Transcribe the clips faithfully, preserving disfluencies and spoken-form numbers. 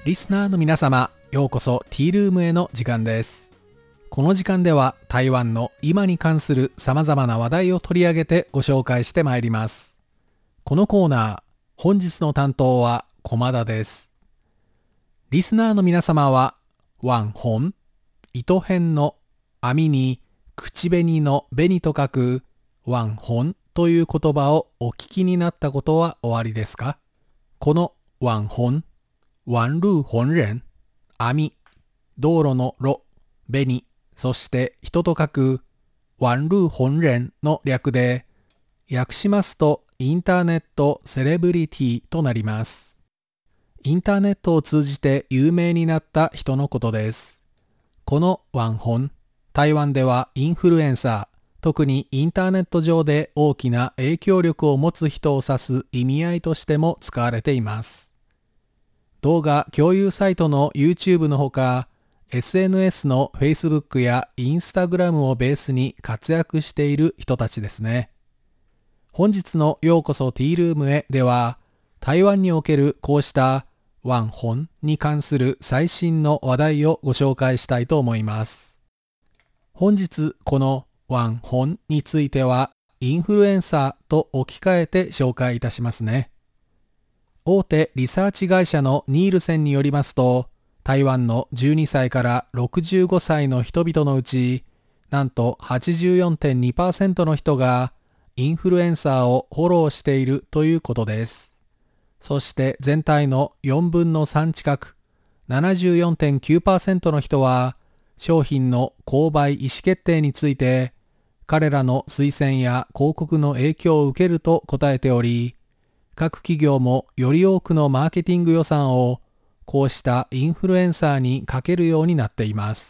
リスナーの皆様、ようこそティールームへの時間です。この時間では台湾の今に関する様々な話題を取り上げてご紹介してまいります。このコーナー、本日の担当は駒田です。リスナーの皆様は、ワンホン、糸編の網に口紅の紅と書くワンホンという言葉をお聞きになったことはおありですか？このワンホン、ワンルーホンレン、網、道路の路、紅、そして人と書くワンルーホンレンの略で、訳しますとインターネットセレブリティとなります。インターネットを通じて有名になった人のことです。このワンホン、台湾ではインフルエンサー、特にインターネット上で大きな影響力を持つ人を指す意味合いとしても使われています。動画共有サイトの YouTube のほか、エスエヌエス の Facebook や Instagram をベースに活躍している人たちですね。本日のようこそティールームへでは、台湾におけるこうしたワンホンに関する最新の話題をご紹介したいと思います。本日このワンホンについてはインフルエンサーと置き換えて紹介いたしますね。大手リサーチ会社のニールセンによりますと、台湾のじゅうにさいからろくじゅうごさいの人々のうち、なんと はちじゅうよんてんにパーセント の人がインフルエンサーをフォローしているということです。そして全体のよんぶんのさん近く、ななじゅうよんてんきゅうパーセント の人は商品の購買意思決定について、彼らの推薦や広告の影響を受けると答えており、各企業もより多くのマーケティング予算をこうしたインフルエンサーにかけるようになっています。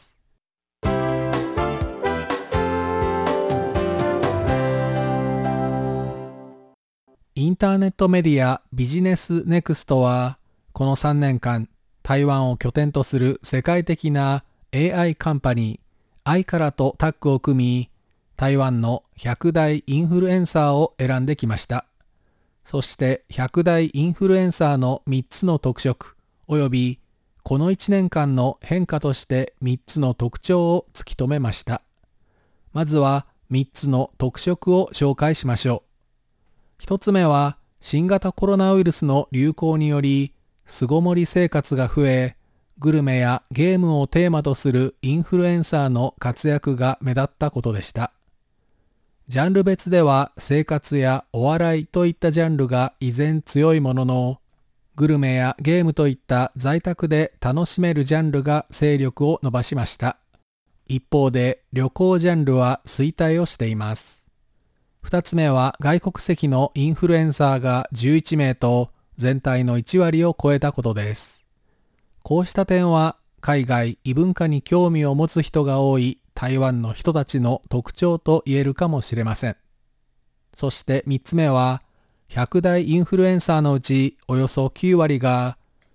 インターネットメディアビジネスネクストは、このさんねんかん、台湾を拠点とする世界的な エーアイ カンパニー、アイカラとタッグを組み、台湾のひゃくだいインフルエンサーを選んできました。そしてひゃくだいインフルエンサーのみっつの特色、およびこのいちねんかんの変化としてみっつの特徴を突き止めました。まずはみっつの特色を紹介しましょう。ひとつめは新型コロナウイルスの流行により巣ごもり生活が増え、グルメやゲームをテーマとするインフルエンサーの活躍が目立ったことでした。ジャンル別では生活やお笑いといったジャンルが依然強いものの、グルメやゲームといった在宅で楽しめるジャンルが勢力を伸ばしました。一方で旅行ジャンルは衰退をしています。二つ目は外国籍のインフルエンサーがじゅういちめいと全体のいちわりを超えたことです。こうした点は海外異文化に興味を持つ人が多い台湾の人たちの特徴と言えるかもしれません。そしてみっつめはひゃくだいインフルエンサーのうちおよそきゅうわりが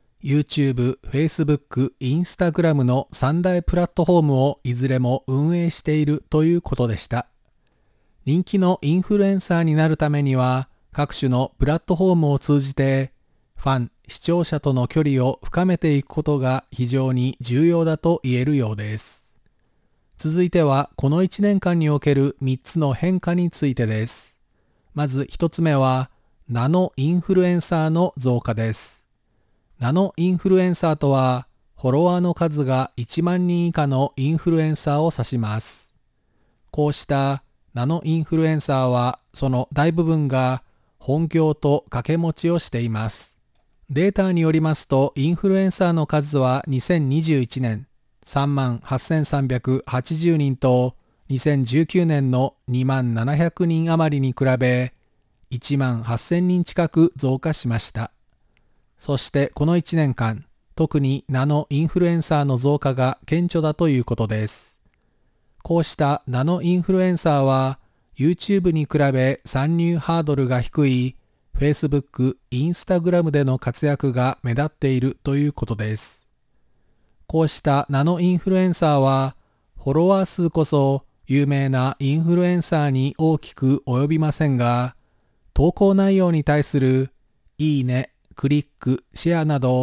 YouTube、Facebook、Instagram のさんだいプラットフォームをいずれも運営しているということでした。人気のインフルエンサーになるためには各種のプラットフォームを通じてファン、視聴者との距離を深めていくことが非常に重要だと言えるようです。続いてはこのいちねんかんにおけるみっつの変化についてです。まずひとつめはナノインフルエンサーの増加です。ナノインフルエンサーとはフォロワーの数がいちまんにん以下のインフルエンサーを指します。こうしたナノインフルエンサーはその大部分が本業と掛け持ちをしています。データによりますとインフルエンサーの数はにせんにじゅういちねんさんまんはっせんさんびゃくはちじゅうにんとにせんじゅうきゅうねんのにまんななひゃくにん余りに比べいちまんはっせんにん近く増加しました。そしてこのいちねんかん、特にナノインフルエンサーの増加が顕著だということです。こうしたナノインフルエンサーは YouTube に比べ参入ハードルが低い Facebook、Instagram での活躍が目立っているということです。こうしたナノインフルエンサーはフォロワー数こそ有名なインフルエンサーに大きく及びませんが、投稿内容に対するいいね、クリック、シェアなど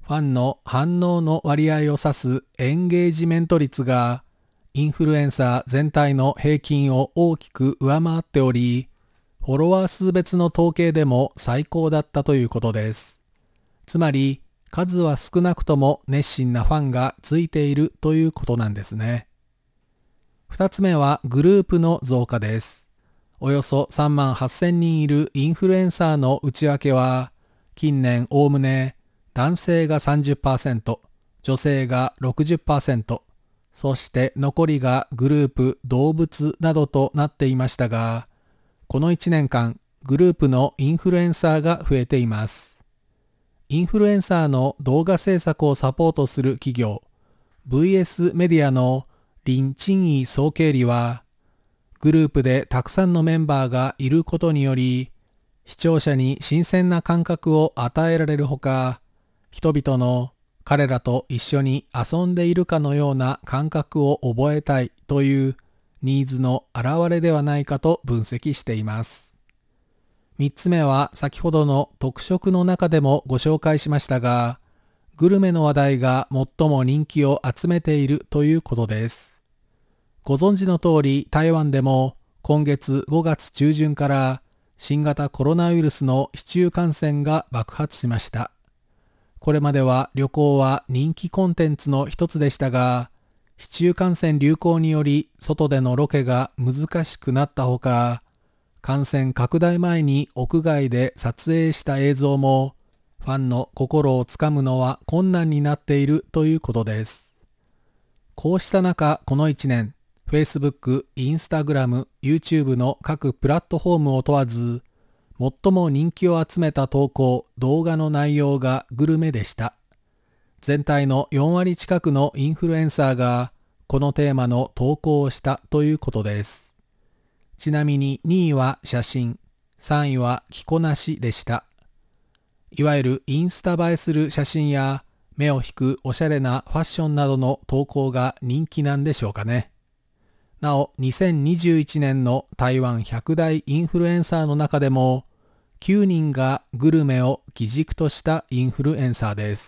ファンの反応の割合を指すエンゲージメント率がインフルエンサー全体の平均を大きく上回っており、フォロワー数別の統計でも最高だったということです。つまり、数は少なくとも熱心なファンがついているということなんですね。二つ目はグループの増加です。およそさんまんはっせんにんいるインフルエンサーの内訳は、近年おおむね男性が さんじゅっパーセント、女性が ろくじゅっパーセント、そして残りがグループ、動物などとなっていましたが、このいちねんかん、グループのインフルエンサーが増えています。インフルエンサーの動画制作をサポートする企業、ブイエス メディアのリン・チンイ総経理は、グループでたくさんのメンバーがいることにより、視聴者に新鮮な感覚を与えられるほか、人々の彼らと一緒に遊んでいるかのような感覚を覚えたいというニーズの表れではないかと分析しています。みっつめは先ほどの特色の中でもご紹介しましたが、グルメの話題が最も人気を集めているということです。ご存知の通り台湾でも今月ごがつちゅうじゅんから新型コロナウイルスの市中感染が爆発しました。これまでは旅行は人気コンテンツの一つでしたが、市中感染流行により外でのロケが難しくなったほか、感染拡大前に屋外で撮影した映像もファンの心をつかむのは困難になっているということです。こうした中、このいちねん、Facebook、Instagram、YouTube の各プラットフォームを問わず、最も人気を集めた投稿、動画の内容がグルメでした。全体のよんわり近くのインフルエンサーがこのテーマの投稿をしたということです。ちなみににいは写真、さんいは着こなしでした。いわゆるインスタ映えする写真や目を引くおしゃれなファッションなどの投稿が人気なんでしょうかね。なお、にせんにじゅういちねんの台湾ひゃくだいインフルエンサーの中でも、きゅうにんがグルメを基軸としたインフルエンサーです。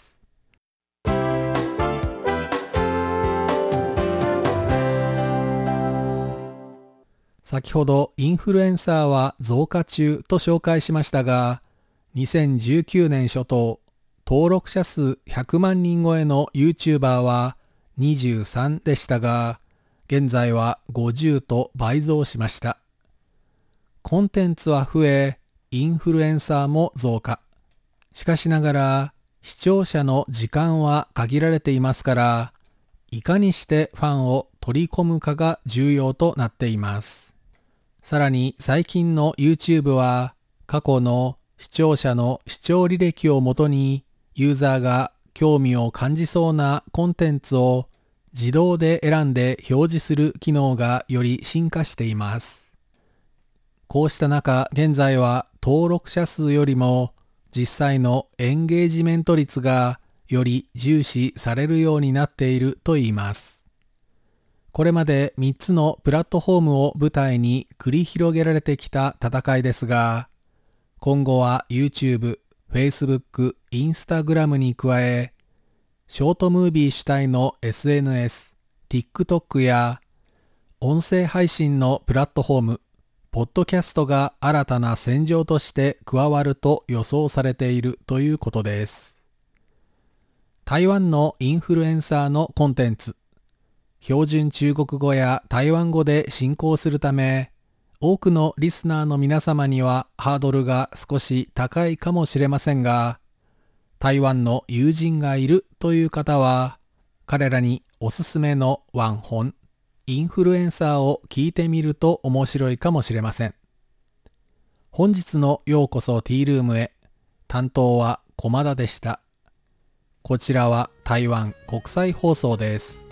先ほどインフルエンサーは増加中と紹介しましたが、にせんじゅうきゅうねん初頭、登録者数ひゃくまんにん超えの YouTuber はにじゅうさんでしたが、現在はごじゅうと倍増しました。コンテンツは増え、インフルエンサーも増加。しかしながら、視聴者の時間は限られていますから、いかにしてファンを取り込むかが重要となっています。さらに最近の YouTube は、過去の視聴者の視聴履歴をもとに、ユーザーが興味を感じそうなコンテンツを自動で選んで表示する機能がより進化しています。こうした中、現在は登録者数よりも実際のエンゲージメント率がより重視されるようになっているといいます。これまでみっつのプラットフォームを舞台に繰り広げられてきた戦いですが、今後は YouTube、Facebook、Instagram に加え、ショートムービー主体の エスエヌエス、TikTok や音声配信のプラットフォーム、ポッドキャストが新たな戦場として加わると予想されているということです。台湾のインフルエンサーのコンテンツ、標準中国語や台湾語で進行するため、多くのリスナーの皆様にはハードルが少し高いかもしれませんが、台湾の友人がいるという方は、彼らにおすすめのワンホン、インフルエンサーを聞いてみると面白いかもしれません。本日のようこそティールームへ、担当は駒田でした。こちらは台湾国際放送です。